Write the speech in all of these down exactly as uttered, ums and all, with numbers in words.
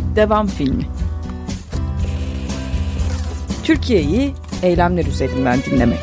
Devam filmi. Türkiye'yi eylemler üzerinden dinlemek.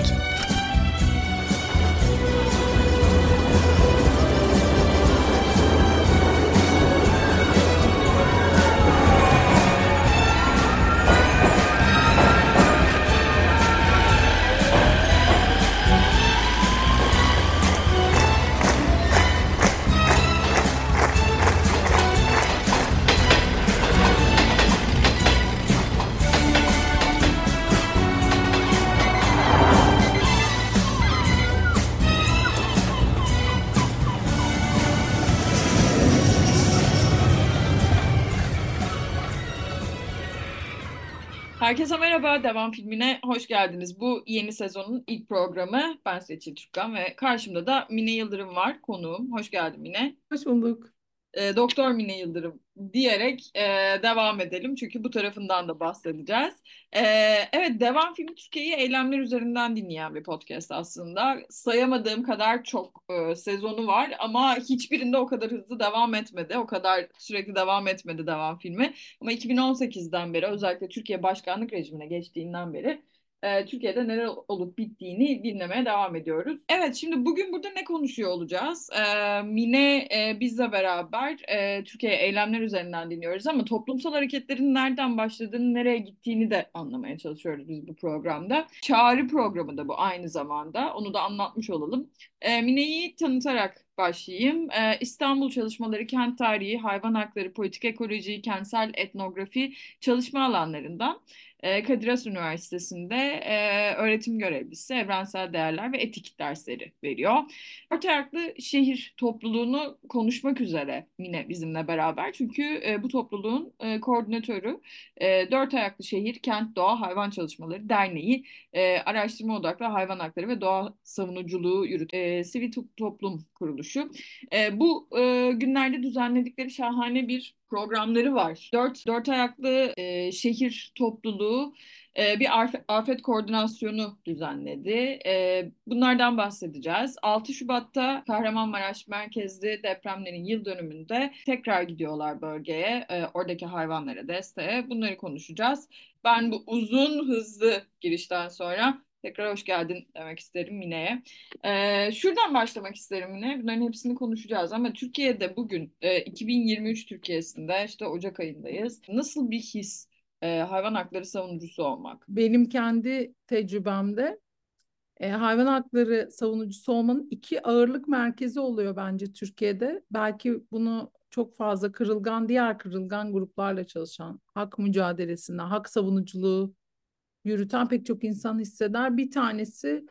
Herkese merhaba, Devam filmine hoş geldiniz. Bu yeni sezonun ilk programı. Ben Seçil Türkkan ve karşımda da Mine Yıldırım var, konuğum. Hoş geldin Mine. Hoş bulduk. E, Doktor Mine Yıldırım diyerek e, devam edelim. Çünkü bu tarafından da bahsedeceğiz. E, evet, Devam filmi Türkiye'yi eylemler üzerinden dinleyen bir podcast aslında. Sayamadığım kadar çok e, sezonu var ama hiçbirinde o kadar hızlı devam etmedi. O kadar sürekli devam etmedi Devam filmi. Ama iki bin on sekizden beri, özellikle Türkiye başkanlık rejimine geçtiğinden beri e, Türkiye'de neler olup bittiğini dinlemeye devam ediyoruz. Evet, şimdi bugün burada ne konuşuyor olacağız? E, Mine e, bizle beraber e, Türkiye eylemler üzerinden dinliyoruz ama toplumsal hareketlerin nereden başladığını, nereye gittiğini de anlamaya çalışıyoruz biz bu programda. Çağrı programı da bu aynı zamanda. Onu da anlatmış olalım. E, Mine'yi tanıtarak başlayayım. E, İstanbul Çalışmaları, Kent Tarihi, Hayvan Hakları, Politik Ekoloji, Kentsel Etnografi çalışma alanlarından e, Kadir Has Üniversitesi'nde e, öğretim görevlisi, evrensel değerler ve etik dersleri veriyor. Dört ayaklı şehir topluluğunu konuşmak üzere yine bizimle beraber. Çünkü e, bu topluluğun e, koordinatörü e, Dört Ayaklı Şehir Kent Doğa Hayvan Çalışmaları Derneği, e, araştırma odaklı hayvan hakları ve doğa savunuculuğu yürüt, e, sivil to- toplum kuruluşu. E, bu e, günlerde düzenledikleri şahane bir programları var. Dört, dört ayaklı e, şehir topluluğu e, bir afet, afet koordinasyonu düzenledi. E, bunlardan bahsedeceğiz. altı Şubat'ta Kahramanmaraş merkezli depremlerin yıl dönümünde tekrar gidiyorlar bölgeye, e, oradaki hayvanlara desteğe. Bunları konuşacağız. Ben bu uzun, hızlı girişten sonra tekrar hoş geldin demek isterim Mine'ye. Ee, şuradan başlamak isterim yine. Bunların hepsini konuşacağız ama Türkiye'de bugün e, iki bin yirmi üç Türkiye'sinde işte Ocak ayındayız. Nasıl bir his e, hayvan hakları savunucusu olmak? Benim kendi tecrübemde e, hayvan hakları savunucusu olmanın iki ağırlık merkezi oluyor bence Türkiye'de. Belki bunu çok fazla kırılgan, diğer kırılgan gruplarla çalışan, hak mücadelesinde, hak savunuculuğu yürüten pek çok insan hisseder. Bir tanesi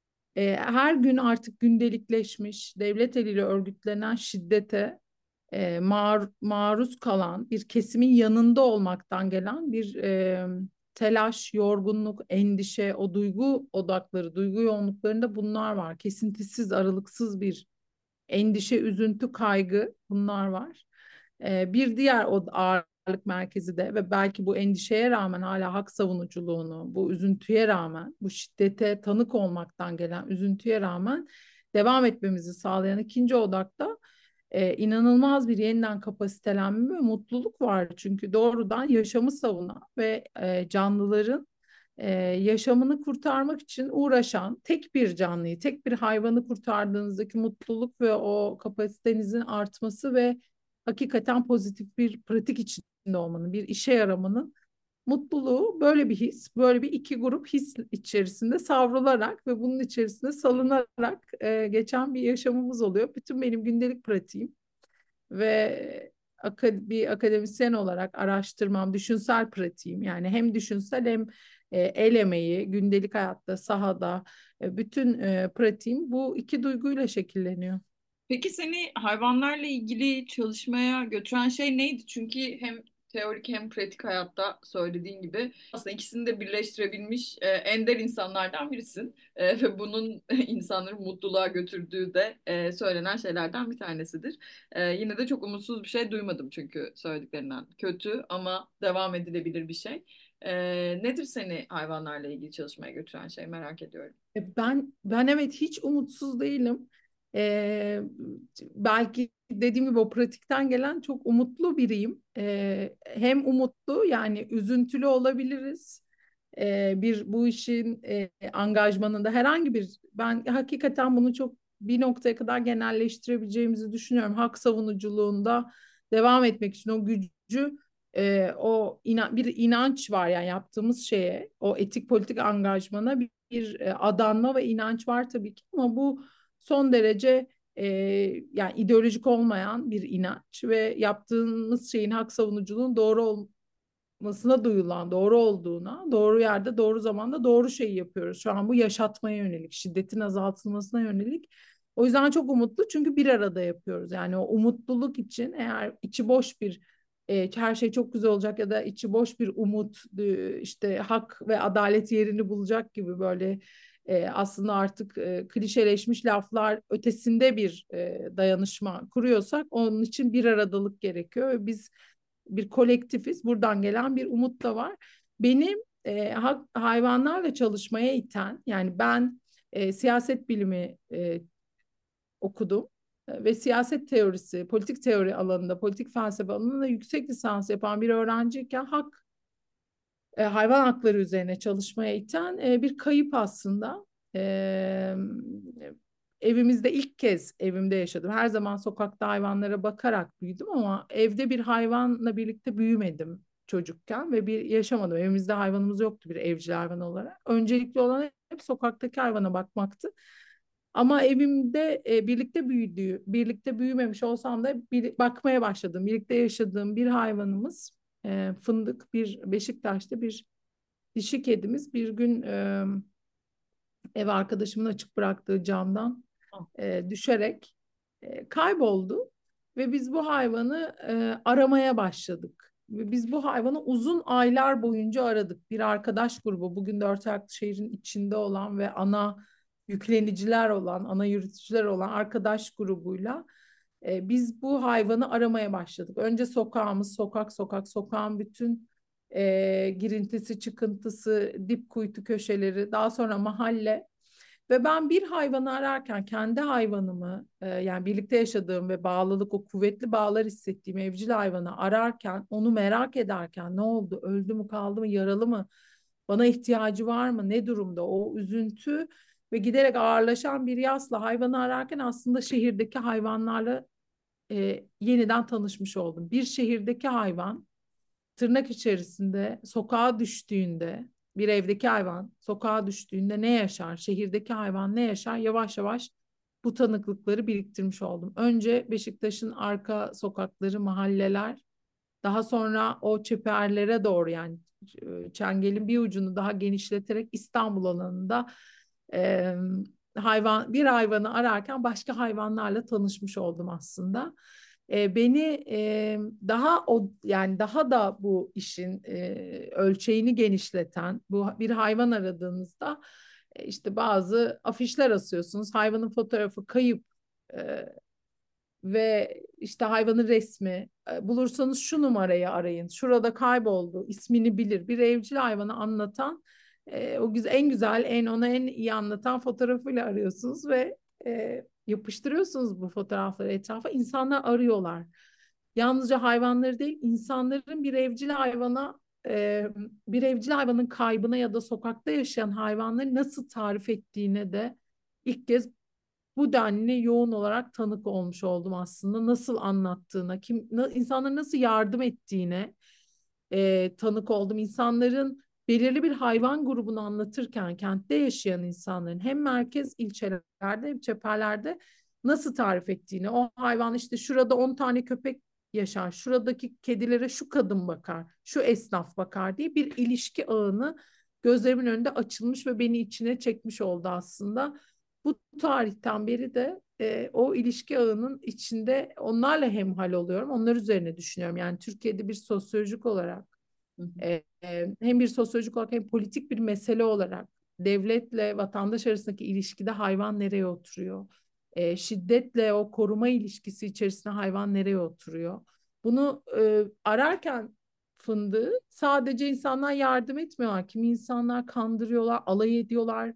e, her gün artık gündelikleşmiş, devlet eliyle örgütlenen şiddete e, mar- maruz kalan bir kesimin yanında olmaktan gelen bir e, telaş, yorgunluk, endişe, o duygu odakları, duygu yoğunluklarında bunlar var. Kesintisiz, aralıksız bir endişe, üzüntü, kaygı bunlar var. E, bir diğer o ağırlık merkezi de ve belki bu endişeye rağmen hala hak savunuculuğunu, bu üzüntüye rağmen, bu şiddete tanık olmaktan gelen üzüntüye rağmen devam etmemizi sağlayan ikinci odakta e, inanılmaz bir yeniden kapasitelenme ve mutluluk var. Çünkü doğrudan yaşamı savunan ve e, canlıların e, yaşamını kurtarmak için uğraşan tek bir canlıyı, tek bir hayvanı kurtardığınızdaki mutluluk ve o kapasitenizin artması ve hakikaten pozitif bir pratik içinde olmanın, bir işe yaramanın mutluluğu böyle bir his, böyle bir iki grup his içerisinde savrularak ve bunun içerisinde salınarak e, geçen bir yaşamımız oluyor. Bütün benim gündelik pratiğim ve bir akademisyen olarak araştırmam, düşünsel pratiğim yani hem düşünsel hem e, el emeği, gündelik hayatta, sahada e, bütün e, pratiğim bu iki duyguyla şekilleniyor. Peki seni hayvanlarla ilgili çalışmaya götüren şey neydi? Çünkü hem teorik hem pratik hayatta söylediğin gibi aslında ikisini de birleştirebilmiş e, ender insanlardan birisin. E, ve bunun insanları mutluluğa götürdüğü de e, söylenen şeylerden bir tanesidir. E, yine de çok umutsuz bir şey duymadım çünkü söylediklerinden. Kötü ama devam edilebilir bir şey. E, nedir seni hayvanlarla ilgili çalışmaya götüren şey, merak ediyorum. E, Ben ben evet hiç umutsuz değilim. E, belki dediğim gibi o pratikten gelen çok umutlu biriyim. Ee, hem umutlu yani üzüntülü olabiliriz. Ee, bir bu işin e, angajmanında herhangi bir ben hakikaten bunu çok bir noktaya kadar genelleştirebileceğimizi düşünüyorum. Hak savunuculuğunda devam etmek için o gücü e, o inan, bir inanç var yani yaptığımız şeye o etik politik angajmana bir, bir e, adanma ve inanç var tabii ki ama bu son derece e, yani ideolojik olmayan bir inanç ve yaptığımız şeyin hak savunuculuğun doğru olmasına duyulan, doğru olduğuna, doğru yerde, doğru zamanda doğru şeyi yapıyoruz. Şu an bu yaşatmaya yönelik, şiddetin azaltılmasına yönelik. O yüzden çok umutlu çünkü bir arada yapıyoruz. Yani o umutluluk için eğer içi boş bir e, her şey çok güzel olacak ya da içi boş bir umut e, işte hak ve adalet yerini bulacak gibi böyle e, aslında artık e, klişeleşmiş laflar ötesinde bir e, dayanışma kuruyorsak onun için bir aradalık gerekiyor ve biz bir kolektifiz. Buradan gelen bir umut da var. Benim e, hayvanlarla çalışmaya iten yani ben e, siyaset bilimi e, okudum ve siyaset teorisi, politik teori alanında, politik felsefe alanında yüksek lisans yapan bir öğrenciyken hak e, hayvan hakları üzerine çalışmaya iten e, bir kayıp aslında. E, Evimizde ilk kez evimde yaşadım. Her zaman sokakta hayvanlara bakarak büyüdüm ama evde bir hayvanla birlikte büyümedim çocukken ve bir yaşamadım. Evimizde hayvanımız yoktu bir evcil hayvan olarak. Öncelikli olan hep sokaktaki hayvana bakmaktı. Ama evimde e, birlikte büyüdüğü, birlikte büyümemiş olsam da bir, bakmaya başladım. Birlikte yaşadığım bir hayvanımız e, Fındık, bir Beşiktaş'ta bir dişi kedimiz bir gün e, ev arkadaşımın açık bıraktığı camdan e, düşerek e, kayboldu ve biz bu hayvanı e, aramaya başladık. Ve biz bu hayvanı uzun aylar boyunca aradık. Bir arkadaş grubu, bugün dört ayaklı şehrin içinde olan ve ana yükleniciler olan, ana yürütücüler olan arkadaş grubuyla e, biz bu hayvanı aramaya başladık. Önce sokağımız, sokak sokak, sokağın bütün e, girintisi, çıkıntısı, dip kuytu köşeleri, daha sonra mahalle. Ve ben bir hayvanı ararken kendi hayvanımı e, yani birlikte yaşadığım ve bağlılık o kuvvetli bağlar hissettiğim evcil hayvanı ararken onu merak ederken ne oldu öldü mü kaldı mı yaralı mı bana ihtiyacı var mı ne durumda o üzüntü ve giderek ağırlaşan bir yasla hayvanı ararken aslında şehirdeki hayvanlarla e, yeniden tanışmış oldum. Bir şehirdeki hayvan tırnak içerisinde sokağa düştüğünde bir evdeki hayvan sokağa düştüğünde ne yaşar? Şehirdeki hayvan ne yaşar? Yavaş yavaş bu tanıklıkları biriktirmiş oldum. Önce Beşiktaş'ın arka sokakları, mahalleler, daha sonra o çeperlere doğru yani çengelin bir ucunu daha genişleterek İstanbul alanında e, hayvan bir hayvanı ararken başka hayvanlarla tanışmış oldum aslında. E, beni e, daha o yani daha da bu işin e, ölçeğini genişleten bu bir hayvan aradığınızda e, işte bazı afişler asıyorsunuz. Hayvanın fotoğrafı kayıp e, ve işte hayvanın resmi e, bulursanız şu numarayı arayın. Şurada kayboldu. İsmini bilir. Bir evcil hayvanı anlatan e, o güzel en güzel en ona en iyi anlatan fotoğrafıyla arıyorsunuz ve e, yapıştırıyorsunuz bu fotoğrafları etrafa. İnsanlar arıyorlar. Yalnızca hayvanları değil, insanların bir evcil hayvana e, bir evcil hayvanın kaybına ya da sokakta yaşayan hayvanları nasıl tarif ettiğine de ilk kez bu denli yoğun olarak tanık olmuş oldum aslında. Nasıl anlattığına, kim, na, insanların nasıl yardım ettiğine e, tanık oldum. İnsanların belirli bir hayvan grubunu anlatırken kentte yaşayan insanların hem merkez ilçelerde hem çeperlerde nasıl tarif ettiğini. O hayvan işte şurada on tane köpek yaşar, şuradaki kedilere şu kadın bakar, şu esnaf bakar diye bir ilişki ağını gözlerimin önünde açılmış ve beni içine çekmiş oldu aslında. Bu tarihten beri de e, o ilişki ağının içinde onlarla hemhal oluyorum. Onlar üzerine düşünüyorum. Yani Türkiye'de bir sosyolojik olarak e, e, hem bir sosyolojik olarak hem politik bir mesele olarak devletle vatandaş arasındaki ilişkide hayvan nereye oturuyor? E, şiddetle o koruma ilişkisi içerisinde hayvan nereye oturuyor? Bunu e, ararken fındığı sadece insanlar yardım etmiyorlar. Kimi insanlar kandırıyorlar, alay ediyorlar.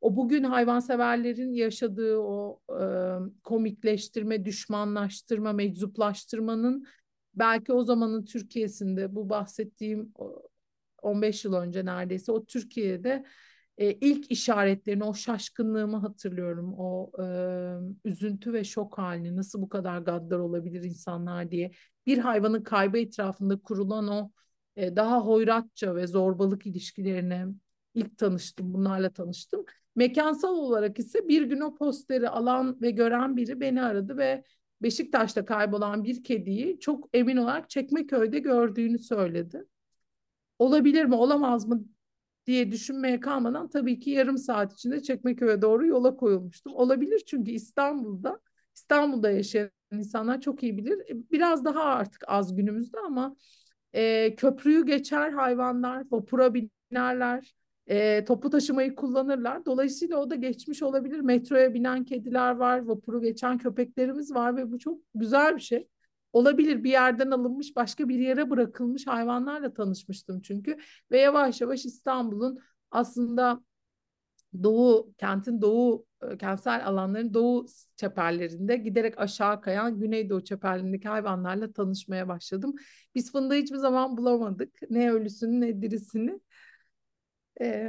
O bugün hayvanseverlerin yaşadığı o e, komikleştirme, düşmanlaştırma, meczuplaştırmanın belki o zamanın Türkiye'sinde bu bahsettiğim on beş yıl önce neredeyse o Türkiye'de e, ilk işaretlerini, o şaşkınlığımı hatırlıyorum. O e, üzüntü ve şok halini, nasıl bu kadar gaddar olabilir insanlar diye. Bir hayvanın kaybı etrafında kurulan o e, daha hoyratça ve zorbalık ilişkilerine ilk tanıştım, bunlarla tanıştım. Mekansal olarak ise bir gün o posteri alan ve gören biri beni aradı ve Beşiktaş'ta kaybolan bir kediyi çok emin olarak Çekmeköy'de gördüğünü söyledi. Olabilir mi, olamaz mı diye düşünmeye kalmadan tabii ki yarım saat içinde Çekmeköy'e doğru yola koyulmuştum. Olabilir, çünkü İstanbul'da İstanbul'da yaşayan insanlar çok iyi bilir. E, Biraz daha artık az günümüzde ama e, köprüyü geçer hayvanlar, vapura binerler, e, toplu taşımayı kullanırlar. Dolayısıyla o da geçmiş olabilir. Metroya binen kediler var, vapuru geçen köpeklerimiz var ve bu çok güzel bir şey. Olabilir, bir yerden alınmış başka bir yere bırakılmış hayvanlarla tanışmıştım çünkü. Ve yavaş yavaş İstanbul'un aslında doğu, kentin doğu, e, kentsel alanların doğu çeperlerinde giderek aşağı kayan Güneydoğu çeperlerindeki hayvanlarla tanışmaya başladım. Biz fındığı hiçbir zaman bulamadık. Ne ölüsünü ne dirisini. Ee,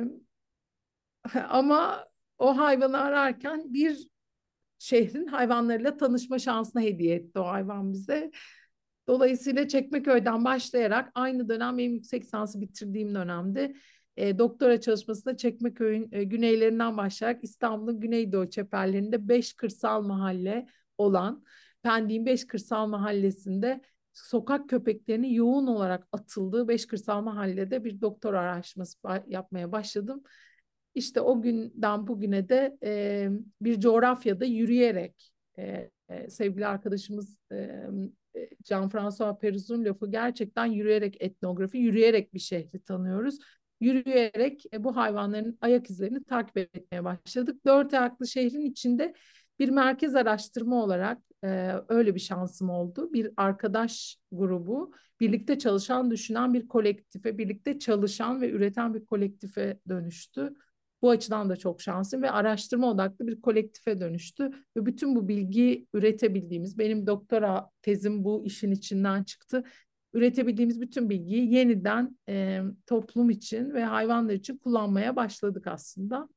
ama o hayvanı ararken bir şehrin hayvanlarıyla tanışma şansına hediye etti o hayvan bize. Dolayısıyla Çekmeköy'den başlayarak aynı dönem benim yüksek lisansı bitirdiğim dönemde e, doktora çalışmasında Çekmeköy'ün e, güneylerinden başlayarak İstanbul'un Güneydoğu çeperlerinde beş kırsal mahalle olan Pendik'in beş kırsal mahallesinde sokak köpeklerinin yoğun olarak atıldığı beş kırsal mahallede bir doktora araştırması yapmaya başladım. İşte o günden bugüne de e, bir coğrafyada yürüyerek e, e, sevgili arkadaşımız e, Jean-François Peruz'un lafı, gerçekten yürüyerek etnografi, yürüyerek bir şehri tanıyoruz. Yürüyerek e, bu hayvanların ayak izlerini takip etmeye başladık. Dört ayaklı şehrin içinde bir merkez araştırma olarak e, öyle bir şansım oldu. Bir arkadaş grubu, birlikte çalışan, düşünen bir kolektife, birlikte çalışan ve üreten bir kolektife dönüştü. Bu açıdan da çok şanslıyım ve araştırma odaklı bir kolektife dönüştü. Ve bütün bu bilgiyi üretebildiğimiz, benim doktora tezim bu işin içinden çıktı. Üretebildiğimiz bütün bilgiyi yeniden e, toplum için ve hayvanlar için kullanmaya başladık aslında.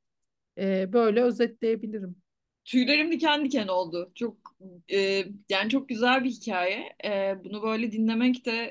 E, böyle özetleyebilirim. Tüylerim diken diken oldu. Çok e, yani çok güzel bir hikaye. E, bunu böyle dinlemek de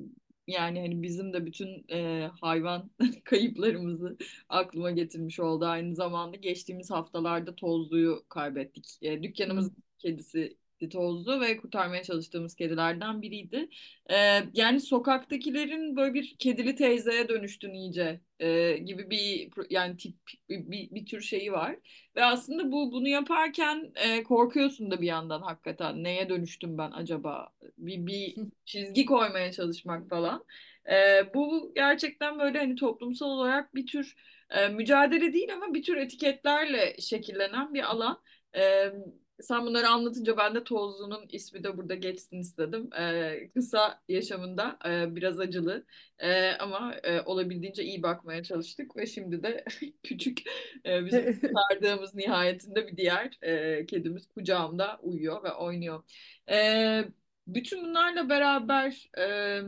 yani hani bizim de bütün e, hayvan kayıplarımızı aklıma getirmiş oldu. Aynı zamanda geçtiğimiz haftalarda Tozlu'yu kaybettik. E, Hı. dükkanımızın kedisi Tozlu ve kurtarmaya çalıştığımız kedilerden biriydi. E, Yani sokaktakilerin böyle bir kedili teyzeye dönüştün iyice e, gibi bir yani tip bir, bir, bir tür şeyi var. Ve aslında bu bunu yaparken e, korkuyorsun da bir yandan hakikaten. Neye dönüştüm ben acaba? Bir, bir çizgi koymaya çalışmak falan. E, bu gerçekten böyle hani toplumsal olarak bir tür e, mücadele değil ama bir tür etiketlerle şekillenen bir alan. E, Sen bunları anlatınca ben de Tozlu'nun ismi de burada geçsin istedim. E, kısa yaşamında e, biraz acılı e, ama e, olabildiğince iyi bakmaya çalıştık ve şimdi de küçük e, bizim çağırdığımız nihayetinde bir diğer e, kedimiz kucağımda uyuyor ve oynuyor. E, Bütün bunlarla beraber e,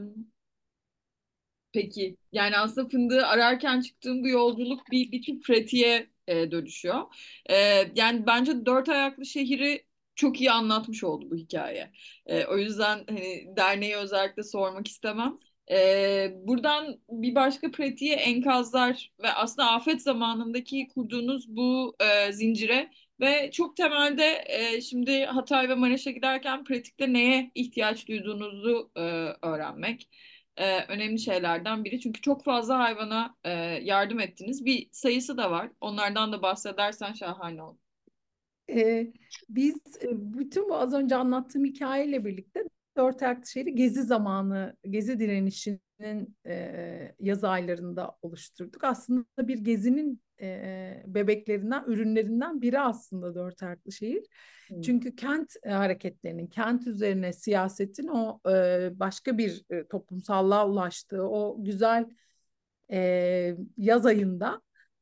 peki yani aslında fındığı ararken çıktığım bu yolculuk bir, bir tür pratiğe e, dönüşüyor. E, Yani bence dört ayaklı şehri çok iyi anlatmış oldu bu hikaye. E, o yüzden hani derneği özellikle sormak istemem. E, buradan bir başka pratiğe enkazlar ve aslında afet zamanındaki kurduğunuz bu e, zincire ve çok temelde e, şimdi Hatay ve Maraş'a giderken pratikte neye ihtiyaç duyduğunuzu e, öğrenmek e, önemli şeylerden biri. Çünkü çok fazla hayvana e, yardım ettiniz. Bir sayısı da var. Onlardan da bahsedersen şahane olur. Ee, biz e, bütün bu az önce anlattığım hikayeyle birlikte Dört Ayaklı Şehri Gezi zamanı, Gezi direnişinin e, yaz aylarında oluşturduk. Aslında bir gezinin e, bebeklerinden, ürünlerinden biri aslında Dört Ayaklı Şehir. Hmm. Çünkü kent e, hareketlerinin, kent üzerine siyasetin o e, başka bir e, toplumsallığa ulaştığı o güzel e, yaz ayında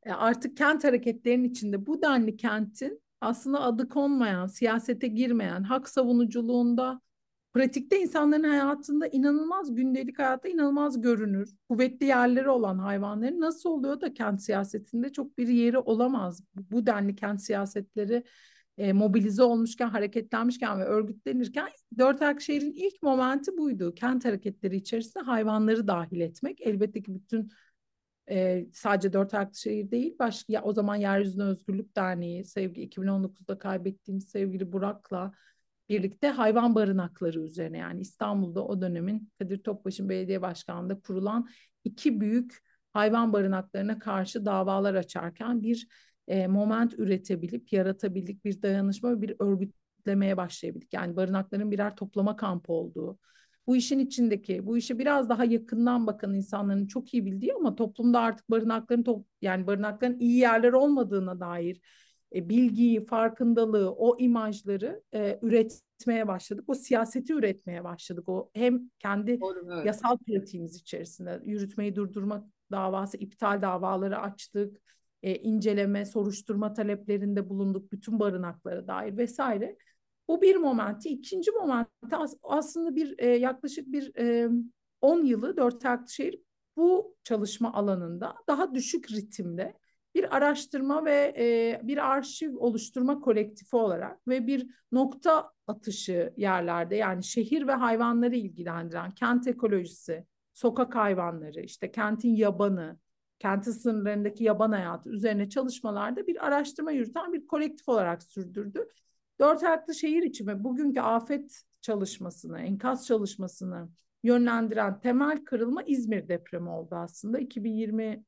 E, artık kent hareketlerinin içinde bu denli kentin aslında adı konmayan, siyasete girmeyen, hak savunuculuğunda, pratikte insanların hayatında inanılmaz, gündelik hayatta inanılmaz görünür, kuvvetli yerleri olan hayvanların nasıl oluyor da kent siyasetinde çok bir yeri olamaz. Bu denli kent siyasetleri e, mobilize olmuşken, hareketlenmişken ve örgütlenirken dört ayak şehrin ilk momenti buydu. Kent hareketleri içerisinde hayvanları dahil etmek. Elbette ki bütün e, sadece dört ayaklı şehir değil, başka ya, o zaman Yeryüzüne Özgürlük Derneği, sevgi iki bin on dokuzda kaybettiğimiz sevgili Burak'la birlikte hayvan barınakları üzerine, yani İstanbul'da o dönemin Kadir Topbaş'ın belediye başkanlığında kurulan iki büyük hayvan barınaklarına karşı davalar açarken bir e, moment üretebilip yaratabildik, bir dayanışma ve bir örgütlemeye başlayabildik. Yani barınakların birer toplama kampı olduğu, bu işin içindeki, bu işe biraz daha yakından bakan insanların çok iyi bildiği ama toplumda artık barınakların top, yani barınakların iyi yerler olmadığına dair e, bilgiyi, farkındalığı, o imajları e, üretmeye başladık. O siyaseti üretmeye başladık. O hem kendi Doğru, evet. yasal pratiğimiz içerisinde yürütmeyi durdurma davası, iptal davaları açtık. E, inceleme, soruşturma taleplerinde bulunduk bütün barınaklara dair vesaire. Bu bir momenti. İkinci momenti aslında bir e, yaklaşık bir e, on yılı dört ayaklı şehir bu çalışma alanında daha düşük ritimde bir araştırma ve e, bir arşiv oluşturma kolektifi olarak ve bir nokta atışı yerlerde, yani şehir ve hayvanları ilgilendiren kent ekolojisi, sokak hayvanları, işte kentin yabanı, kentin sınırlarındaki yaban hayatı üzerine çalışmalarda bir araştırma yürüten bir kolektif olarak sürdürdü. Dört ayaklı şehir için ve bugünkü afet çalışmasını, enkaz çalışmasını yönlendiren temel kırılma İzmir depremi oldu aslında. iki bin yirmi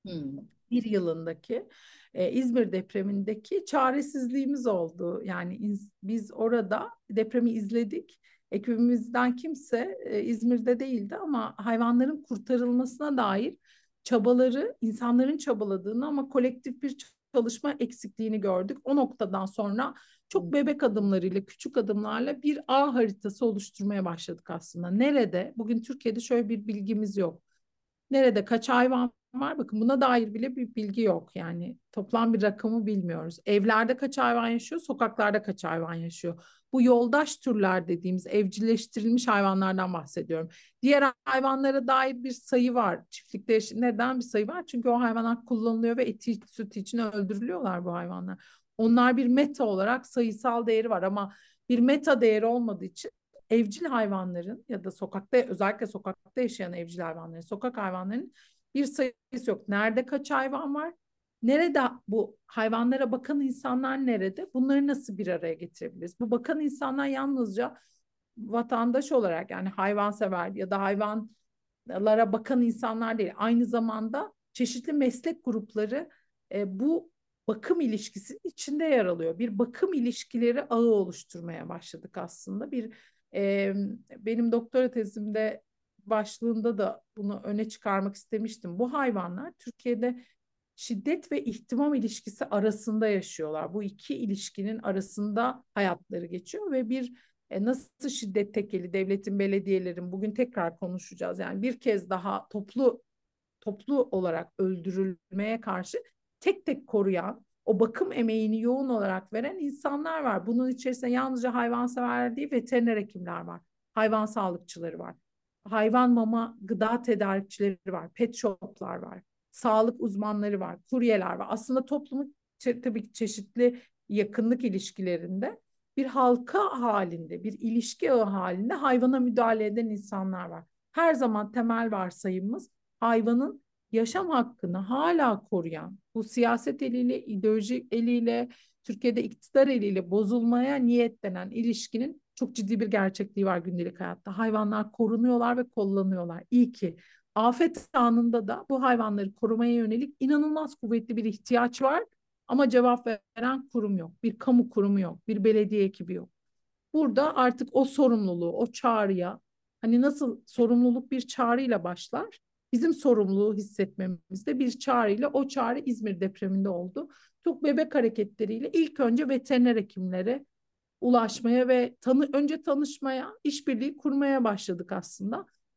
bir hmm. yılındaki e, İzmir depremindeki çaresizliğimiz oldu. Yani iz, biz orada depremi izledik. Ekibimizden kimse e, İzmir'de değildi ama hayvanların kurtarılmasına dair çabaları, insanların çabaladığını ama kolektif bir çalışma eksikliğini gördük. O noktadan sonra çok bebek adımlarıyla, küçük adımlarla bir ağ haritası oluşturmaya başladık aslında. Nerede? Bugün Türkiye'de şöyle bir bilgimiz yok. Nerede kaç hayvan var? Bakın, buna dair bile bir bilgi yok. Yani toplam bir rakamı bilmiyoruz. Evlerde kaç hayvan yaşıyor, sokaklarda kaç hayvan yaşıyor? Bu yoldaş türler dediğimiz evcilleştirilmiş hayvanlardan bahsediyorum. Diğer hayvanlara dair bir sayı var. Çiftlikte neden bir sayı var? Çünkü o hayvanlar kullanılıyor ve eti, sütü için öldürülüyorlar bu hayvanlar. Onlar bir meta olarak sayısal değeri var ama bir meta değeri olmadığı için evcil hayvanların ya da sokakta, özellikle sokakta yaşayan evcil hayvanların, sokak hayvanların bir sayısı yok. Nerede kaç hayvan var? Nerede bu hayvanlara bakan insanlar nerede? Bunları nasıl bir araya getirebiliriz? Bu bakan insanlar yalnızca vatandaş olarak, yani hayvansever ya da hayvanlara bakan insanlar değil. Aynı zamanda çeşitli meslek grupları e, bu bakım ilişkisinin içinde yer alıyor. Bir bakım ilişkileri ağı oluşturmaya başladık aslında. Bir e, benim doktora tezimde başlığında da bunu öne çıkarmak istemiştim. Bu hayvanlar Türkiye'de şiddet ve ihtimam ilişkisi arasında yaşıyorlar. Bu iki ilişkinin arasında hayatları geçiyor ve bir e, nasıl şiddet tekeli devletin, belediyelerin, bugün tekrar konuşacağız. Yani bir kez daha toplu toplu olarak öldürülmeye karşı tek tek koruyan, o bakım emeğini yoğun olarak veren insanlar var. Bunun içerisinde yalnızca hayvanseverler değil, veteriner hekimler var, hayvan sağlıkçıları var, hayvan mama gıda tedarikçileri var, pet shoplar var, sağlık uzmanları var, kuryeler var. Aslında toplumun tabii ki çeşitli yakınlık ilişkilerinde bir halka halinde, bir ilişki ağı halinde hayvana müdahale eden insanlar var. Her zaman temel varsayımımız hayvanın yaşam hakkını hala koruyan, bu siyaset eliyle, ideolojik eliyle, Türkiye'de iktidar eliyle bozulmaya niyetlenen ilişkinin çok ciddi bir gerçekliği var gündelik hayatta. Hayvanlar korunuyorlar ve kullanıyorlar. İyi ki afet anında da bu hayvanları korumaya yönelik inanılmaz kuvvetli bir ihtiyaç var ama cevap veren kurum yok. Bir kamu kurumu yok, bir belediye ekibi yok. Burada artık o sorumluluğu, o çağrıya, hani nasıl sorumluluk bir çağrıyla başlar, bizim sorumluluğu hissetmemizde bir çağrıyla, o çağrı İzmir depreminde oldu. Çok bebek hareketleriyle ilk önce veteriner hekimlere ulaşmaya ve tanı, önce tanışmaya, işbirliği kurmaya başladık aslında.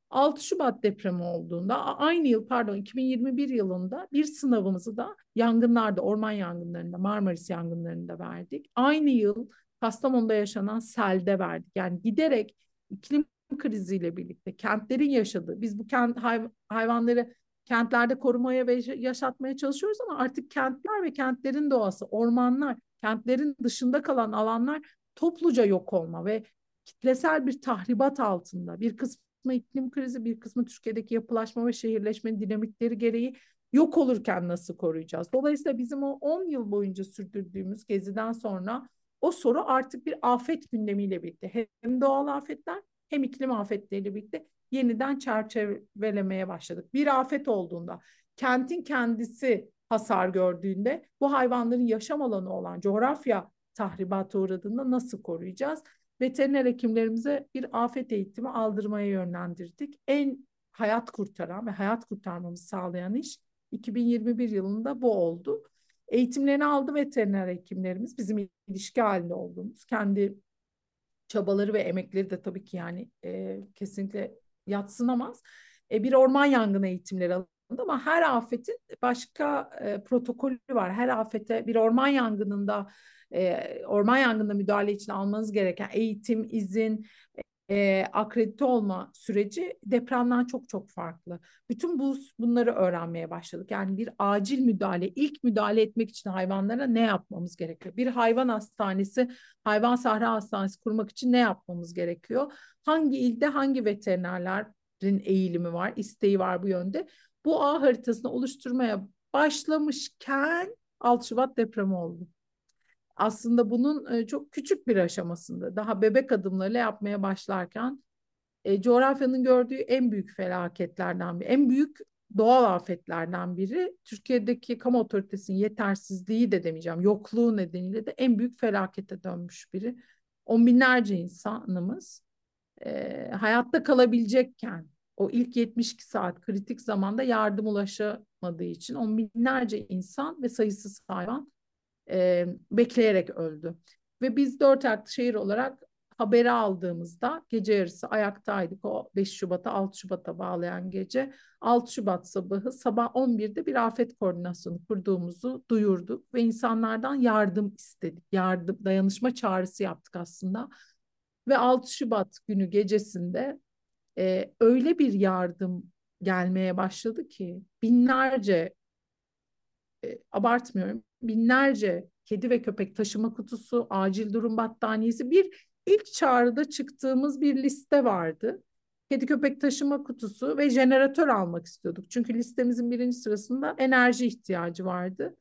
altı Şubat depremi olduğunda aynı yıl, pardon, iki bin yirmi bir yılında bir sınavımızı da yangınlarda, orman yangınlarında, Marmaris yangınlarında verdik. Aynı yıl Kastamonu'da yaşanan selde verdik. Yani giderek iklim kriziyle birlikte kentlerin yaşadığı, biz bu kent hayv- hayvanları kentlerde korumaya ve yaşatmaya çalışıyoruz ama artık kentler ve kentlerin doğası, ormanlar, kentlerin dışında kalan alanlar topluca yok olma ve kitlesel bir tahribat altında. Bir kısmı iklim krizi, bir kısmı Türkiye'deki yapılaşma ve şehirleşmenin dinamikleri gereği yok olurken nasıl koruyacağız? Dolayısıyla bizim o on yıl boyunca sürdürdüğümüz geziden sonra o soru artık bir afet gündemiyle birlikte, hem doğal afetler hem iklim afetleriyle birlikte yeniden çerçevelemeye başladık. Bir afet olduğunda, kentin kendisi hasar gördüğünde bu hayvanların yaşam alanı olan coğrafya tahribata uğradığında nasıl koruyacağız? Veteriner hekimlerimize bir afet eğitimi aldırmaya yönlendirdik. En hayat kurtaran ve hayat kurtarmamızı sağlayan iş iki bin yirmi bir yılında bu oldu. Eğitimlerini aldı veteriner hekimlerimiz, bizim ilişki halinde olduğumuz, kendi çabaları ve emekleri de tabii ki yani e, kesinlikle yadsınamaz. E, bir orman yangını eğitimleri alındı ama her afetin başka e, protokolü var. Her afete, bir orman yangınında e, orman yangında müdahale için almanız gereken eğitim, izin, e, akredite olma süreci depremden çok çok farklı. Bütün bu bunları öğrenmeye başladık. Yani bir acil müdahale, ilk müdahale etmek için hayvanlara ne yapmamız gerekiyor? Bir hayvan hastanesi, hayvan sahra hastanesi kurmak için ne yapmamız gerekiyor? Hangi ilde hangi veterinerlerin eğilimi var, isteği var bu yönde? Bu ağ haritasını oluşturmaya başlamışken altı Şubat depremi oldu. Aslında bunun e, çok küçük bir aşamasında, daha bebek adımlarıyla yapmaya başlarken e, coğrafyanın gördüğü en büyük felaketlerden biri, en büyük doğal afetlerden biri, Türkiye'deki kamu otoritesinin yetersizliği de demeyeceğim, yokluğu nedeniyle de en büyük felakete dönmüş biri. On binlerce insanımız e, hayatta kalabilecekken o ilk yetmiş iki saat kritik zamanda yardım ulaşamadığı için on binlerce insan ve sayısız hayvan e, bekleyerek öldü. Ve biz dört ayaklı şehir olarak haberi aldığımızda gece yarısı ayaktaydık, o beş Şubat'a altı Şubat'a bağlayan gece. altı Şubat sabahı sabah on birde bir afet koordinasyonu kurduğumuzu duyurduk ve insanlardan yardım istedik. Yardım, dayanışma çağrısı yaptık aslında. Ve altı Şubat günü gecesinde e, öyle bir yardım gelmeye başladı ki binlerce, e, abartmıyorum, binlerce kedi ve köpek taşıma kutusu, acil durum battaniyesi, bir ilk çağrıda çıktığımız bir liste vardı. Kedi köpek taşıma kutusu ve jeneratör almak istiyorduk. Çünkü listemizin birinci sırasında enerji ihtiyacı vardı.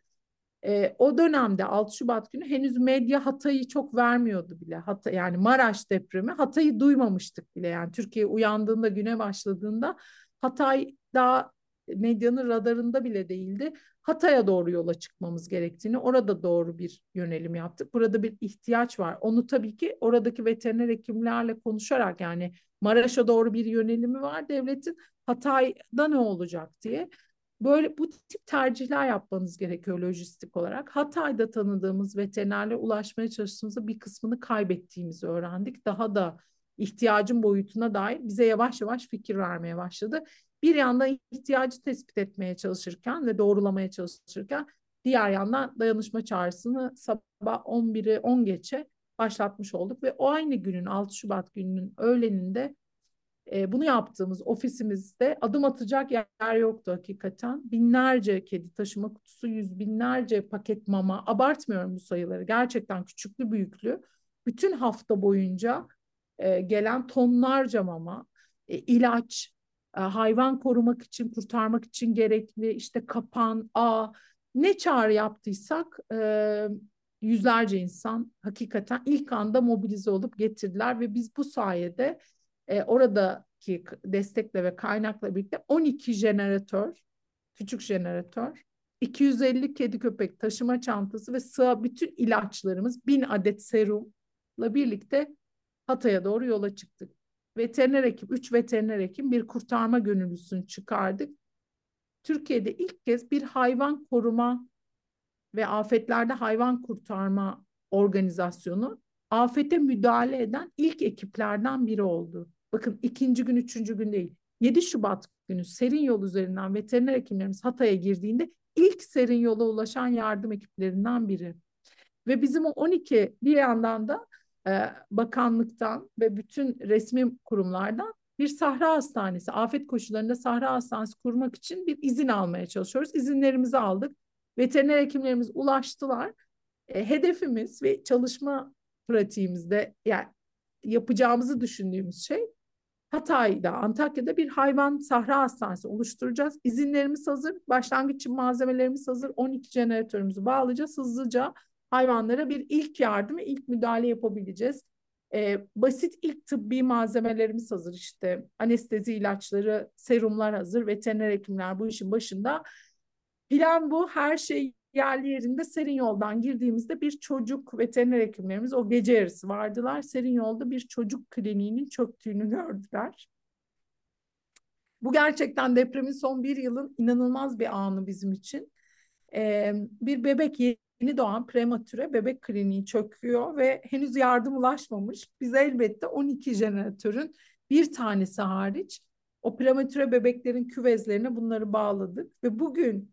E, o dönemde altı Şubat günü henüz medya Hatay'ı çok vermiyordu bile. Hatay, yani Maraş depremi, Hatay'ı duymamıştık bile. Yani Türkiye uyandığında, güne başladığında Hatay daha medyanın radarında bile değildi. Hatay'a doğru yola çıkmamız gerektiğini, orada doğru bir yönelim yaptık. Burada bir ihtiyaç var. Onu tabii ki oradaki veteriner hekimlerle konuşarak, yani Maraş'a doğru bir yönelimi var devletin, Hatay'da ne olacak diye. Böyle bu tip tercihler yapmanız gerekiyor lojistik olarak. Hatay'da tanıdığımız veterinerle ulaşmaya çalıştığımızda bir kısmını kaybettiğimizi öğrendik. Daha da ihtiyacın boyutuna dair bize yavaş yavaş fikir vermeye başladı. Bir yandan ihtiyacı tespit etmeye çalışırken ve doğrulamaya çalışırken, diğer yandan dayanışma çağrısını sabah on biri on geçe başlatmış olduk ve o aynı günün, altı Şubat gününün öğleninde e, bunu yaptığımız ofisimizde adım atacak yer yoktu hakikaten. Binlerce kedi taşıma kutusu, yüz binlerce paket mama, abartmıyorum bu sayıları, gerçekten küçüklü büyüklü. Bütün hafta boyunca e, gelen tonlarca mama, e, ilaç, e, hayvan korumak için, kurtarmak için gerekli işte kapan, ağ, ne çağrı yaptıysak e, yüzlerce insan hakikaten ilk anda mobilize olup getirdiler ve biz bu sayede e, oradaki destekle ve kaynakla birlikte on iki jeneratör, küçük jeneratör, iki yüz elli kedi köpek taşıma çantası ve sığ bütün ilaçlarımız, bin adet serumla birlikte Hatay'a doğru yola çıktık. Veteriner hekim, üç veteriner hekim, bir kurtarma gönüllüsünü çıkardık. Türkiye'de ilk kez bir hayvan koruma ve afetlerde hayvan kurtarma organizasyonu afete müdahale eden ilk ekiplerden biri oldu. Bakın, ikinci gün, üçüncü gün değil. yedi Şubat günü serin yol üzerinden veteriner hekimlerimiz Hatay'a girdiğinde ilk serin yola ulaşan yardım ekiplerinden biri. Ve bizim o on iki bir yandan da e, bakanlıktan ve bütün resmi kurumlardan bir Sahra Hastanesi, afet koşullarında Sahra Hastanesi kurmak için bir izin almaya çalışıyoruz. İzinlerimizi aldık. Veteriner hekimlerimiz ulaştılar. E, hedefimiz ve çalışma pratiğimizde yani yapacağımızı düşündüğümüz şey Hatay'da, Antakya'da bir hayvan sahra hastanesi oluşturacağız. İzinlerimiz hazır, başlangıç için malzemelerimiz hazır. on iki jeneratörümüzü bağlayacağız. Hızlıca hayvanlara bir ilk yardım ve ilk müdahale yapabileceğiz. Ee, basit ilk tıbbi malzemelerimiz hazır işte. Anestezi ilaçları, serumlar hazır. Veteriner hekimler bu işin başında. Plan bu. Her şey yerli yerinde. Serin yoldan girdiğimizde bir çocuk veteriner hekimlerimiz o gece yarısı vardılar. Serin yolda bir çocuk kliniğinin çöktüğünü gördüler. Bu gerçekten depremin son bir yılın inanılmaz bir anı bizim için. Ee, bir bebek yeni doğan prematüre bebek kliniği çöküyor ve henüz yardım ulaşmamış. Biz elbette on iki jeneratörün bir tanesi hariç o prematüre bebeklerin küvezlerine bunları bağladık ve bugün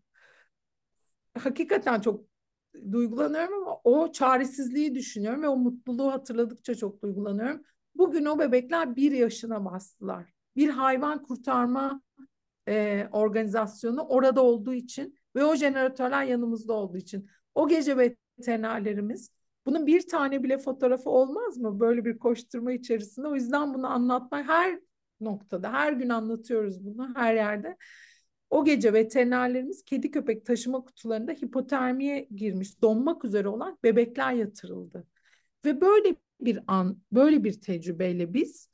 hakikaten çok duygulanıyorum ama o çaresizliği düşünüyorum ve o mutluluğu hatırladıkça çok duygulanıyorum. Bugün o bebekler bir yaşına bastılar. Bir hayvan kurtarma e, organizasyonu orada olduğu için ve o jeneratörler yanımızda olduğu için. O gece veterinerlerimiz bunun bir tane bile fotoğrafı olmaz mı böyle bir koşturma içerisinde? O yüzden bunu anlatmak her noktada, her gün anlatıyoruz bunu her yerde. O gece veterinerlerimiz kedi köpek taşıma kutularında hipotermiye girmiş, donmak üzere olan bebekler yatırıldı. Ve böyle bir an, böyle bir tecrübeyle biz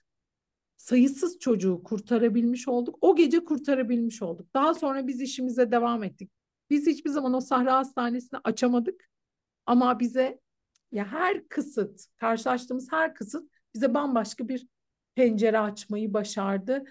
sayısız çocuğu kurtarabilmiş olduk. O gece kurtarabilmiş olduk. Daha sonra biz işimize devam ettik. Biz hiçbir zaman o Sahra Hastanesi'ni açamadık. Ama bize ya her kısıt, karşılaştığımız her kısıt bize bambaşka bir pencere açmayı başardı.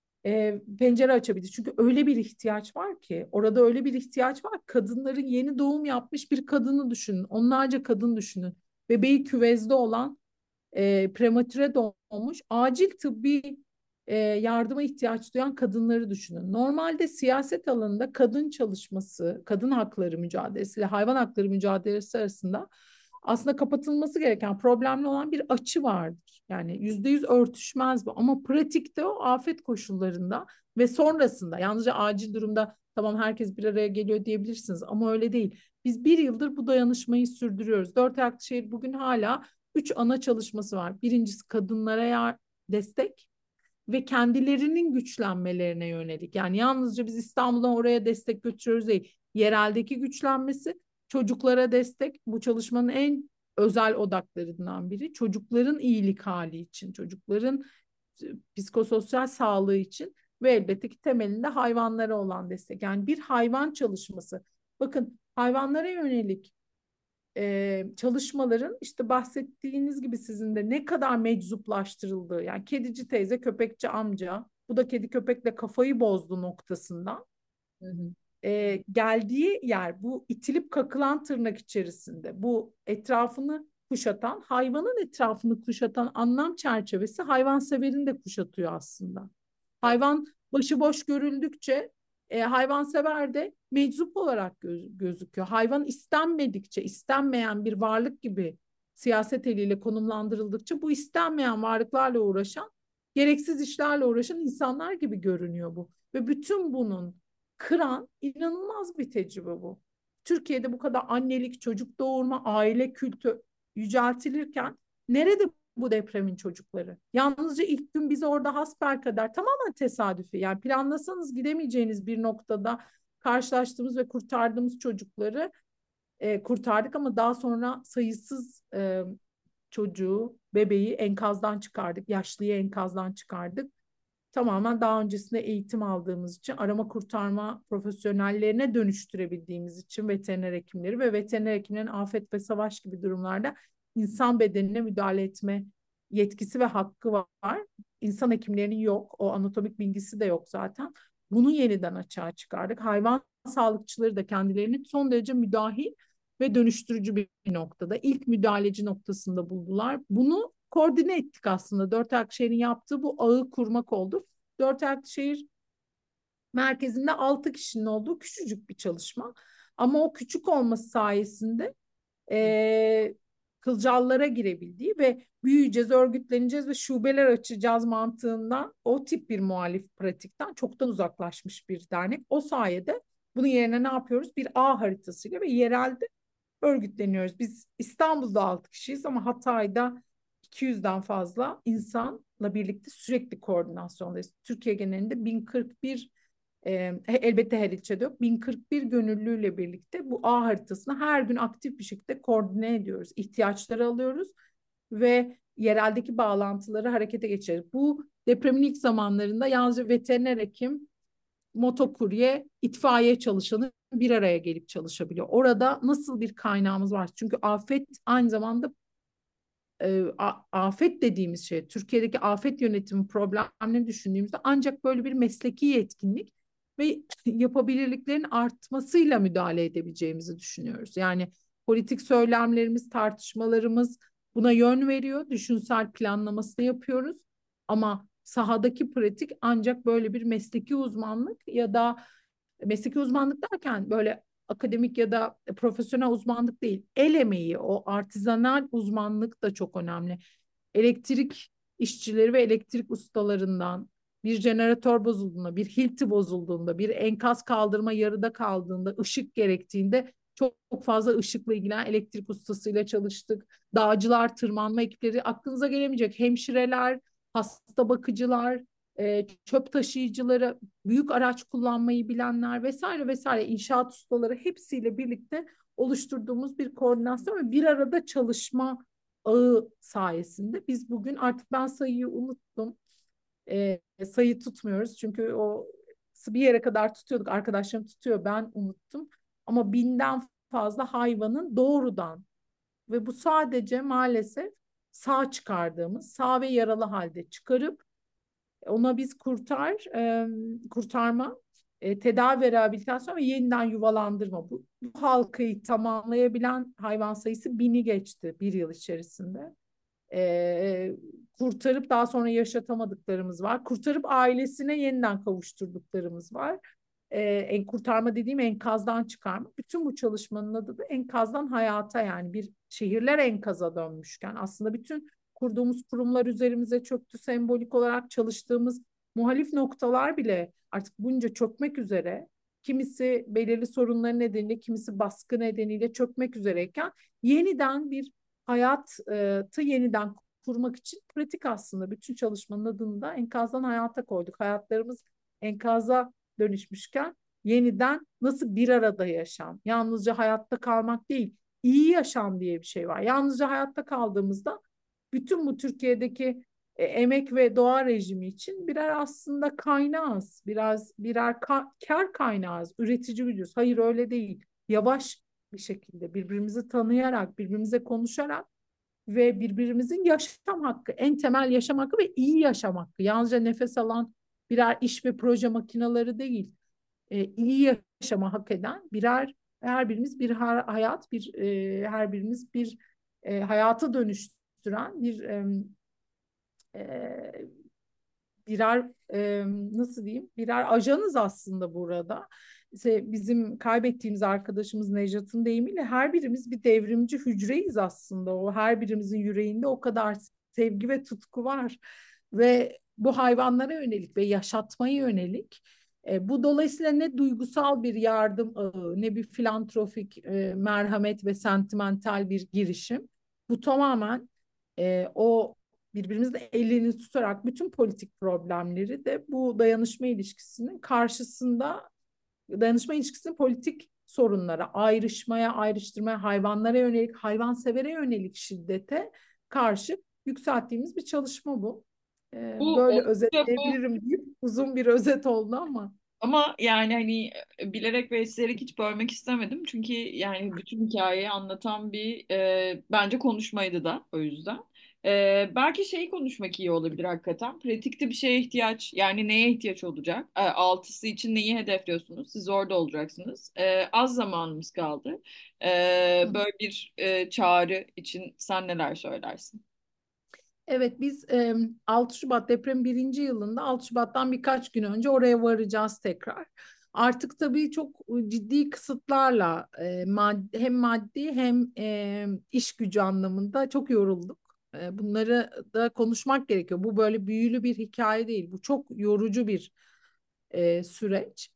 E, pencere açabildi. Çünkü öyle bir ihtiyaç var ki, orada öyle bir ihtiyaç var. Kadınların yeni doğum yapmış bir kadını düşünün. Onlarca kadın düşünün. Bebeği küvezde olan e, prematüre doğmuş, acil tıbbi e, yardıma ihtiyaç duyan kadınları düşünün. Normalde siyaset alanında kadın çalışması, kadın hakları mücadelesi ile hayvan hakları mücadelesi arasında aslında kapatılması gereken problemli olan bir açı vardır. Yani yüzde yüz örtüşmez bu ama pratikte o afet koşullarında ve sonrasında yalnızca acil durumda tamam herkes bir araya geliyor diyebilirsiniz ama öyle değil. Biz bir yıldır bu dayanışmayı sürdürüyoruz. Dört Ayaklı Şehir bugün hala üç ana çalışması var. Birincisi kadınlara destek ve kendilerinin güçlenmelerine yönelik. Yani yalnızca biz İstanbul'dan oraya destek götürüyoruz değil. Yereldeki güçlenmesi, çocuklara destek bu çalışmanın en özel odaklarından biri. Çocukların iyilik hali için, çocukların psikososyal sağlığı için ve elbette ki temelinde hayvanlara olan destek. Yani bir hayvan çalışması. Bakın hayvanlara yönelik e, çalışmaların işte bahsettiğiniz gibi sizin de ne kadar meczuplaştırıldığı yani kedici teyze köpekçi amca bu da kedi köpekle kafayı bozdu noktasından Hı hı. e, geldiği yer bu itilip kakılan tırnak içerisinde bu etrafını kuşatan hayvanın etrafını kuşatan anlam çerçevesi hayvanseverin de kuşatıyor aslında. Evet. Hayvan başıboş görüldükçe e, hayvansever de meczup olarak göz, gözüküyor. Hayvan istenmedikçe, istenmeyen bir varlık gibi siyaset eliyle konumlandırıldıkça bu istenmeyen varlıklarla uğraşan, gereksiz işlerle uğraşan insanlar gibi görünüyor bu. Ve bütün bunun kıran inanılmaz bir tecrübe bu. Türkiye'de bu kadar annelik, çocuk doğurma, aile kültü yüceltilirken nerede bu depremin çocukları? Yalnızca ilk gün bizi orada hasbelkader tamamen tesadüfi yani planlasanız gidemeyeceğiniz bir noktada karşılaştığımız ve kurtardığımız çocukları e, kurtardık ama daha sonra sayısız e, çocuğu, bebeği enkazdan çıkardık, yaşlıyı enkazdan çıkardık. Tamamen daha öncesinde eğitim aldığımız için arama kurtarma profesyonellerine dönüştürebildiğimiz için veteriner hekimleri ve veteriner hekimlerin afet ve savaş gibi durumlarda insan bedenine müdahale etme yetkisi ve hakkı var. İnsan hekimlerinin yok. O anatomik bilgisi de yok zaten. Bunu yeniden açığa çıkardık. Hayvan sağlıkçıları da kendilerini son derece müdahil ve dönüştürücü bir noktada. İlk müdahaleci noktasında buldular. Bunu koordine ettik aslında. Dört Ayakşehir'in yaptığı bu ağı kurmak oldu. Dört ayaklı şehir merkezinde altı kişinin olduğu küçücük bir çalışma. Ama o küçük olması sayesinde e, kılcallara girebildiği ve büyüyeceğiz, örgütleneceğiz ve şubeler açacağız mantığından, o tip bir muhalif pratikten çoktan uzaklaşmış bir dernek. O sayede bunun yerine ne yapıyoruz? Bir ağ haritasıyla ve yerelde örgütleniyoruz. Biz İstanbul'da altı kişiyiz ama Hatay'da iki yüzden fazla insanla birlikte sürekli koordinasyondayız. Türkiye genelinde bin kırk bir, e, elbette her ilçede yok, bin kırk bir gönüllüyle birlikte bu ağ haritasını her gün aktif bir şekilde koordine ediyoruz. İhtiyaçları alıyoruz ve yereldeki bağlantıları harekete geçiririz. Bu depremin ilk zamanlarında yalnızca veteriner hekim, motokurye, itfaiye çalışanı bir araya gelip çalışabiliyor. Orada nasıl bir kaynağımız var? Çünkü afet aynı zamanda e, afet dediğimiz şey, Türkiye'deki afet yönetimi problemlerini düşündüğümüzde ancak böyle bir mesleki yetkinlik ve yapabilirliklerin artmasıyla müdahale edebileceğimizi düşünüyoruz. Yani politik söylemlerimiz, tartışmalarımız buna yön veriyor. Düşünsel planlamasını yapıyoruz. Ama sahadaki pratik ancak böyle bir mesleki uzmanlık ya da mesleki uzmanlık derken böyle akademik ya da profesyonel uzmanlık değil. El emeği, o artizanal uzmanlık da çok önemli. Elektrik işçileri ve elektrik ustalarından bir jeneratör bozulduğunda, bir hilti bozulduğunda, bir enkaz kaldırma yarıda kaldığında, ışık gerektiğinde çok, çok fazla ışıkla ilgilenen elektrik ustasıyla çalıştık. Dağcılar, tırmanma ekipleri, aklınıza gelemeyecek hemşireler, hasta bakıcılar, e, çöp taşıyıcıları, büyük araç kullanmayı bilenler vesaire vesaire, inşaat ustaları, hepsiyle birlikte oluşturduğumuz bir koordinasyon ve bir arada çalışma ağı sayesinde biz bugün, artık ben sayıyı unuttum. E, sayı tutmuyoruz çünkü o bir yere kadar tutuyorduk, arkadaşlarım tutuyor, ben unuttum. Ama binden fazla hayvanın doğrudan ve bu sadece maalesef sağ çıkardığımız, sağ ve yaralı halde çıkarıp ona biz kurtar, e, kurtarma, e, tedavi ve rehabilitasyon ve yeniden yuvalandırma. Bu, bu halkayı tamamlayabilen hayvan sayısı bini geçti bir yıl içerisinde. E, kurtarıp daha sonra yaşatamadıklarımız var. Kurtarıp ailesine yeniden kavuşturduklarımız var. E, en kurtarma dediğim enkazdan çıkarma. Bütün bu çalışmanın adı da enkazdan hayata, yani bir şehirler enkaza dönmüşken aslında bütün kurduğumuz kurumlar üzerimize çöktü. Sembolik olarak çalıştığımız muhalif noktalar bile artık bunca çökmek üzere. Kimisi belirli sorunları nedeniyle, kimisi baskı nedeniyle çökmek üzereyken yeniden bir hayatı yeniden kurmak için pratik aslında. Bütün çalışmanın adını da enkazdan hayata koyduk. Hayatlarımız enkaza dönüşmüşken yeniden nasıl bir arada yaşam, yalnızca hayatta kalmak değil, iyi yaşam diye bir şey var. Yalnızca hayatta kaldığımızda bütün bu Türkiye'deki e, emek ve doğa rejimi için birer aslında kaynağız. Biraz birer ka- kar kaynağız, üretici gücüz. Hayır, öyle değil. Yavaş bir şekilde birbirimizi tanıyarak, birbirimize konuşarak ve birbirimizin yaşam hakkı, en temel yaşam hakkı ve iyi yaşam hakkı. Yalnızca nefes alan birer iş ve proje makineleri değil, e, iyi yaşama hak eden birer, her birimiz bir hayat, bir e, her birimiz bir e, hayata dönüştüren bir e, e, birer e, nasıl diyeyim, birer ajanız aslında burada. İşte bizim kaybettiğimiz arkadaşımız Necdet'in deyimiyle her birimiz bir devrimci hücreyiz aslında. O her birimizin yüreğinde o kadar sevgi ve tutku var ve bu hayvanlara yönelik ve yaşatmaya yönelik. E, bu dolayısıyla ne duygusal bir yardım ağı, ne bir filantropik e, merhamet ve sentimental bir girişim. Bu tamamen e, o birbirimizle elini tutarak bütün politik problemleri de bu dayanışma ilişkisinin karşısında, dayanışma ilişkisinin politik sorunlara, ayrışmaya, ayrıştırmaya, hayvanlara yönelik, hayvansevere yönelik şiddete karşı yükselttiğimiz bir çalışma bu. Ee, Bu böyle oldukça bu özetleyebilirim deyip uzun bir özet oldu ama. Ama yani hani e, bilerek ve isteyerek hiç bölmek istemedim. Çünkü yani bütün hikayeyi anlatan bir e, bence konuşmaydı da o yüzden. E, belki şeyi konuşmak iyi olabilir hakikaten. Pratikte bir şeye ihtiyaç, yani neye ihtiyaç olacak? E, altısı için neyi hedefliyorsunuz? Siz orada olacaksınız. E, az zamanımız kaldı. E, Hı. böyle bir e, çağrı için sen neler söylersin? Evet, biz e, altı Şubat deprem birinci yılında altı Şubat'tan birkaç gün önce oraya varacağız tekrar. Artık tabii çok ciddi kısıtlarla e, mad- hem maddi hem e, iş gücü anlamında çok yorulduk. E, bunları da konuşmak gerekiyor. Bu böyle büyülü bir hikaye değil. Bu çok yorucu bir e, süreç.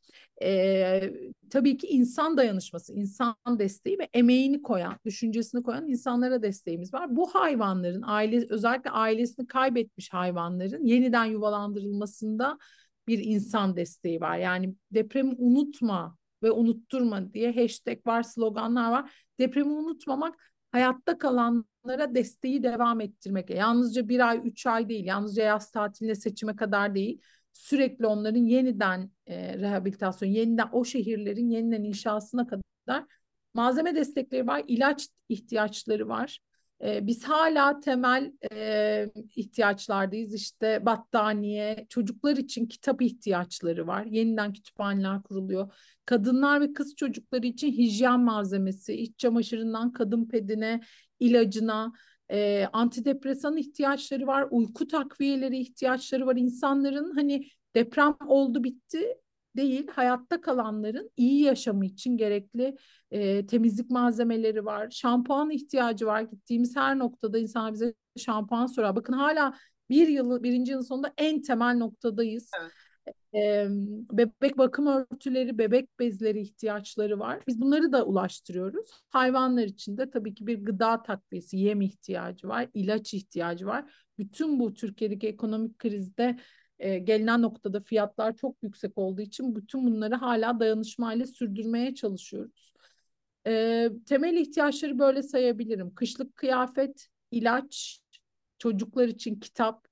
E, tabii ki insan dayanışması, insan desteği ve emeğini koyan, düşüncesini koyan insanlara desteğimiz var. Bu hayvanların, aile, özellikle ailesini kaybetmiş hayvanların yeniden yuvalandırılmasında bir insan desteği var. Yani depremi unutma ve unutturma diye hashtag var, sloganlar var. Depremi unutmamak, hayatta kalanlara desteği devam ettirmek. Yalnızca bir ay, üç ay değil, yalnızca yaz tatiline seçime kadar değil, sürekli onların yeniden e, rehabilitasyon, yeniden o şehirlerin yeniden inşasına kadar malzeme destekleri var, ilaç ihtiyaçları var. E, biz hala temel e, ihtiyaçlardayız. İşte battaniye, çocuklar için kitap ihtiyaçları var. Yeniden kütüphaneler kuruluyor. Kadınlar ve kız çocukları için hijyen malzemesi, iç çamaşırından kadın pedine, ilacına, e, antidepresan ihtiyaçları var, uyku takviyeleri ihtiyaçları var. İnsanların hani deprem oldu bitti değil, hayatta kalanların iyi yaşamı için gerekli e, temizlik malzemeleri var. Şampuan ihtiyacı var. Gittiğimiz her noktada insanlar bize şampuan sorar. Bakın hala bir yılı, birinci yılın sonunda en temel noktadayız. Evet. E, bebek bakım örtüleri, bebek bezleri ihtiyaçları var. Biz bunları da ulaştırıyoruz. Hayvanlar için de tabii ki bir gıda takviyesi, yem ihtiyacı var, ilaç ihtiyacı var. Bütün bu Türkiye'deki ekonomik krizde e, gelinen noktada fiyatlar çok yüksek olduğu için bütün bunları hala dayanışmayla sürdürmeye çalışıyoruz. E, temel ihtiyaçları böyle sayabilirim. Kışlık kıyafet, ilaç, çocuklar için kitap,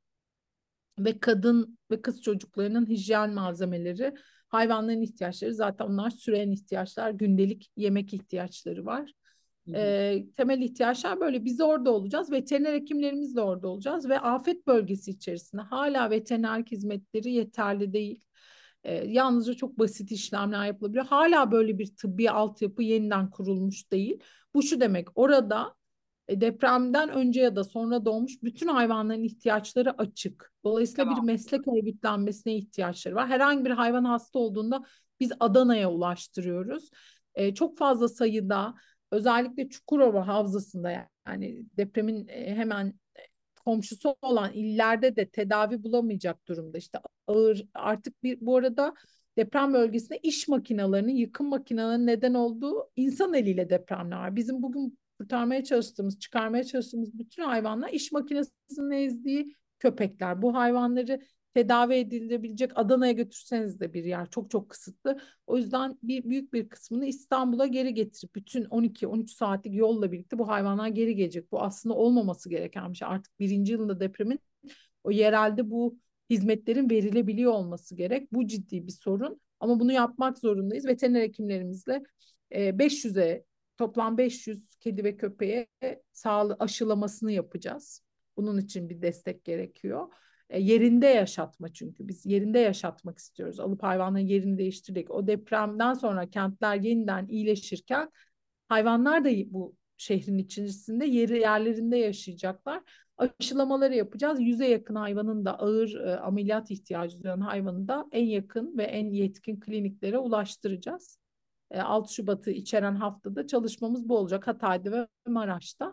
ve kadın ve kız çocuklarının hijyen malzemeleri, hayvanların ihtiyaçları, zaten onlar süren ihtiyaçlar, gündelik yemek ihtiyaçları var. Hı hı. E, temel ihtiyaçlar böyle. Biz orada olacağız. Veteriner hekimlerimiz de orada olacağız ve afet bölgesi içerisinde hala veteriner hizmetleri yeterli değil. E, yalnızca çok basit işlemler yapılabiliyor. Hala böyle bir tıbbi altyapı yeniden kurulmuş değil. Bu şu demek: orada e, depremden önce ya da sonra doğmuş bütün hayvanların ihtiyaçları açık. Dolayısıyla bir Tamam. meslek örgütlenmesine ihtiyaçları var. Herhangi bir hayvan hasta olduğunda biz Adana'ya ulaştırıyoruz. E, çok fazla sayıda, özellikle Çukurova Havzası'nda, yani depremin e, hemen komşusu olan illerde de tedavi bulamayacak durumda. İşte ağır, artık bir, bu arada deprem bölgesinde iş makinelerinin, yıkım makinelerinin neden olduğu insan eliyle depremler var. Bizim bugün kurtarmaya çalıştığımız, çıkarmaya çalıştığımız bütün hayvanlar iş makinesinin ezdiği köpekler. Bu hayvanları tedavi edilebilecek Adana'ya götürseniz de bir yer çok çok kısıtlı. O yüzden bir büyük bir kısmını İstanbul'a geri getirip bütün on iki on üç saatlik yolla birlikte bu hayvanlar geri gelecek. Bu aslında olmaması gereken bir şey. Artık birinci yılında depremin o yerelde bu hizmetlerin verilebiliyor olması gerek. Bu ciddi bir sorun. Ama bunu yapmak zorundayız. Veteriner hekimlerimizle e, beş yüze, toplam beş yüz kedi ve köpeğe sağlık aşılamasını yapacağız. Bunun için bir destek gerekiyor. E, yerinde yaşatma, çünkü biz yerinde yaşatmak istiyoruz. Alıp hayvanların yerini değiştirdik. O depremden sonra kentler yeniden iyileşirken hayvanlar da bu şehrin içerisinde yeri yerlerinde yaşayacaklar. Aşılamaları yapacağız. Yüze yakın hayvanın da ağır e, ameliyat ihtiyacı duyan hayvanı da en yakın ve en yetkin kliniklere ulaştıracağız. E, altı Şubat'ı içeren haftada çalışmamız bu olacak, Hatay'da ve Maraş'ta.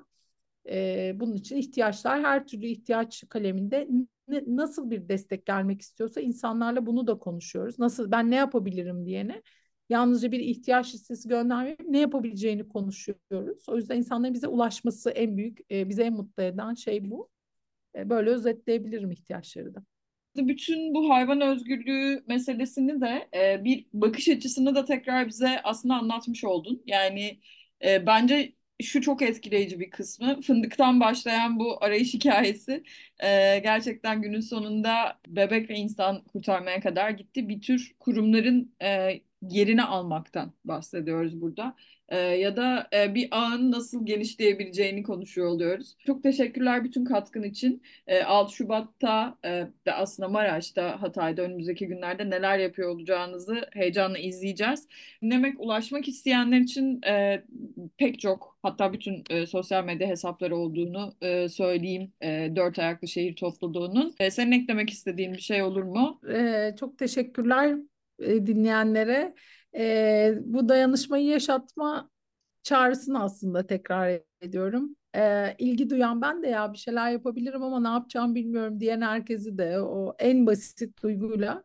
E, bunun için ihtiyaçlar, her türlü ihtiyaç kaleminde ne, nasıl bir destek gelmek istiyorsa insanlarla bunu da konuşuyoruz. Nasıl, ben ne yapabilirim diyene yalnızca bir ihtiyaç listesi göndermeyip ne yapabileceğini konuşuyoruz. O yüzden insanların bize ulaşması en büyük, e, bize en mutlu eden şey bu. E, böyle özetleyebilirim ihtiyaçları da. Bütün bu hayvan özgürlüğü meselesini de e, bir bakış açısını da tekrar bize aslında anlatmış oldun. Yani e, bence şu çok etkileyici bir kısmı. Fındıktan başlayan bu arayış hikayesi e, gerçekten günün sonunda bebek ve insan kurtarmaya kadar gitti. Bir tür kurumların e, yerini almaktan bahsediyoruz burada. Ee, ya da e, bir ağın nasıl genişleyebileceğini konuşuyor oluyoruz. Çok teşekkürler bütün katkın için. E, altı Şubat'ta e, de aslında Maraş'ta, Hatay'da önümüzdeki günlerde neler yapıyor olacağınızı heyecanla izleyeceğiz. Dinlemek, ulaşmak isteyenler için e, pek çok, hatta bütün e, sosyal medya hesapları olduğunu e, söyleyeyim. E, Dört Ayaklı Şehir Topluluğu'nun. E, senin eklemek istediğin bir şey olur mu? Ee, çok teşekkürler e, dinleyenlere. Ee, bu dayanışmayı yaşatma çağrısını aslında tekrar ediyorum. Ee, ilgi duyan ben de ya bir şeyler yapabilirim ama ne yapacağımı bilmiyorum diyen herkesi de o en basit duyguyla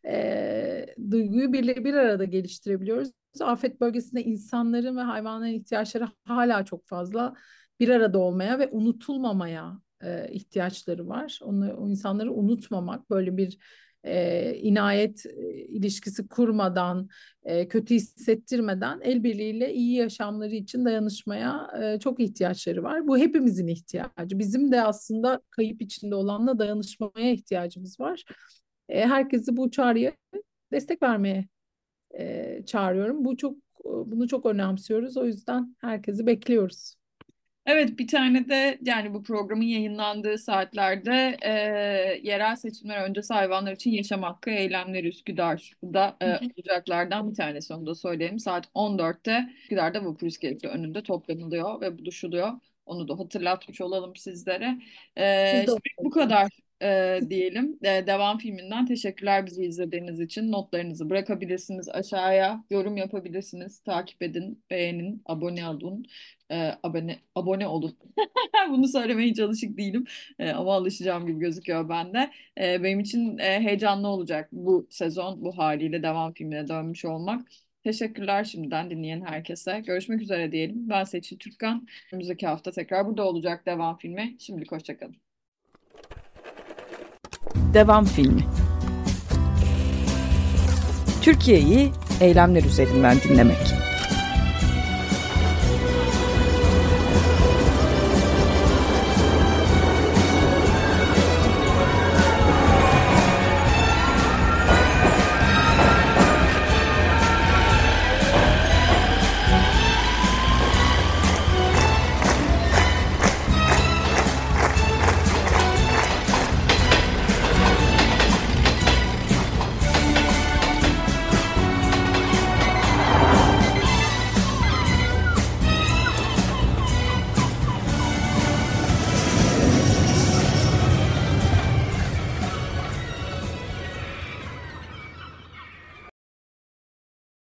e, duyguyu bir, bir arada geliştirebiliyoruz. Afet bölgesinde insanların ve hayvanların ihtiyaçları hala çok fazla, bir arada olmaya ve unutulmamaya e, ihtiyaçları var. Onu, o insanları unutmamak, böyle bir e, inayet e, ilişkisi kurmadan, e, kötü hissettirmeden el birliğiyle iyi yaşamları için dayanışmaya e, çok ihtiyaçları var. Bu hepimizin ihtiyacı. Bizim de aslında kayıp içinde olanla dayanışmaya ihtiyacımız var. E, herkesi bu çağrıya destek vermeye e, çağırıyorum. Bu çok bunu çok önemsiyoruz. O yüzden herkesi bekliyoruz. Evet, bir tane de yani bu programın yayınlandığı saatlerde e, yerel seçimler öncesi hayvanlar için yaşam hakkı eylemleri Üsküdar'da e, olacaklardan bir tanesi, onu da söyleyelim. Saat on dörtte Üsküdar'da vapur iskelesi önünde toplanılıyor ve buluşuluyor. Onu da hatırlatmış olalım sizlere. E, Siz de şimdi bu kadar e, diyelim. E, devam filminden teşekkürler bizi izlediğiniz için. Notlarınızı bırakabilirsiniz aşağıya. Yorum yapabilirsiniz. Takip edin, beğenin, abone olun. E, abone abone olun. Bunu söylemeye hiç alışık değilim. E, ama alışacağım gibi gözüküyor bende. E, benim için e, heyecanlı olacak bu sezon bu haliyle devam filmine dönmüş olmak. Teşekkürler şimdiden dinleyen herkese. Görüşmek üzere diyelim. Ben Seçil Türkkan. Önümüzdeki hafta tekrar burada olacak devam filmi. Şimdilik hoşça kalın. Devam filmi. Türkiye'yi eylemler üzerinden dinlemek.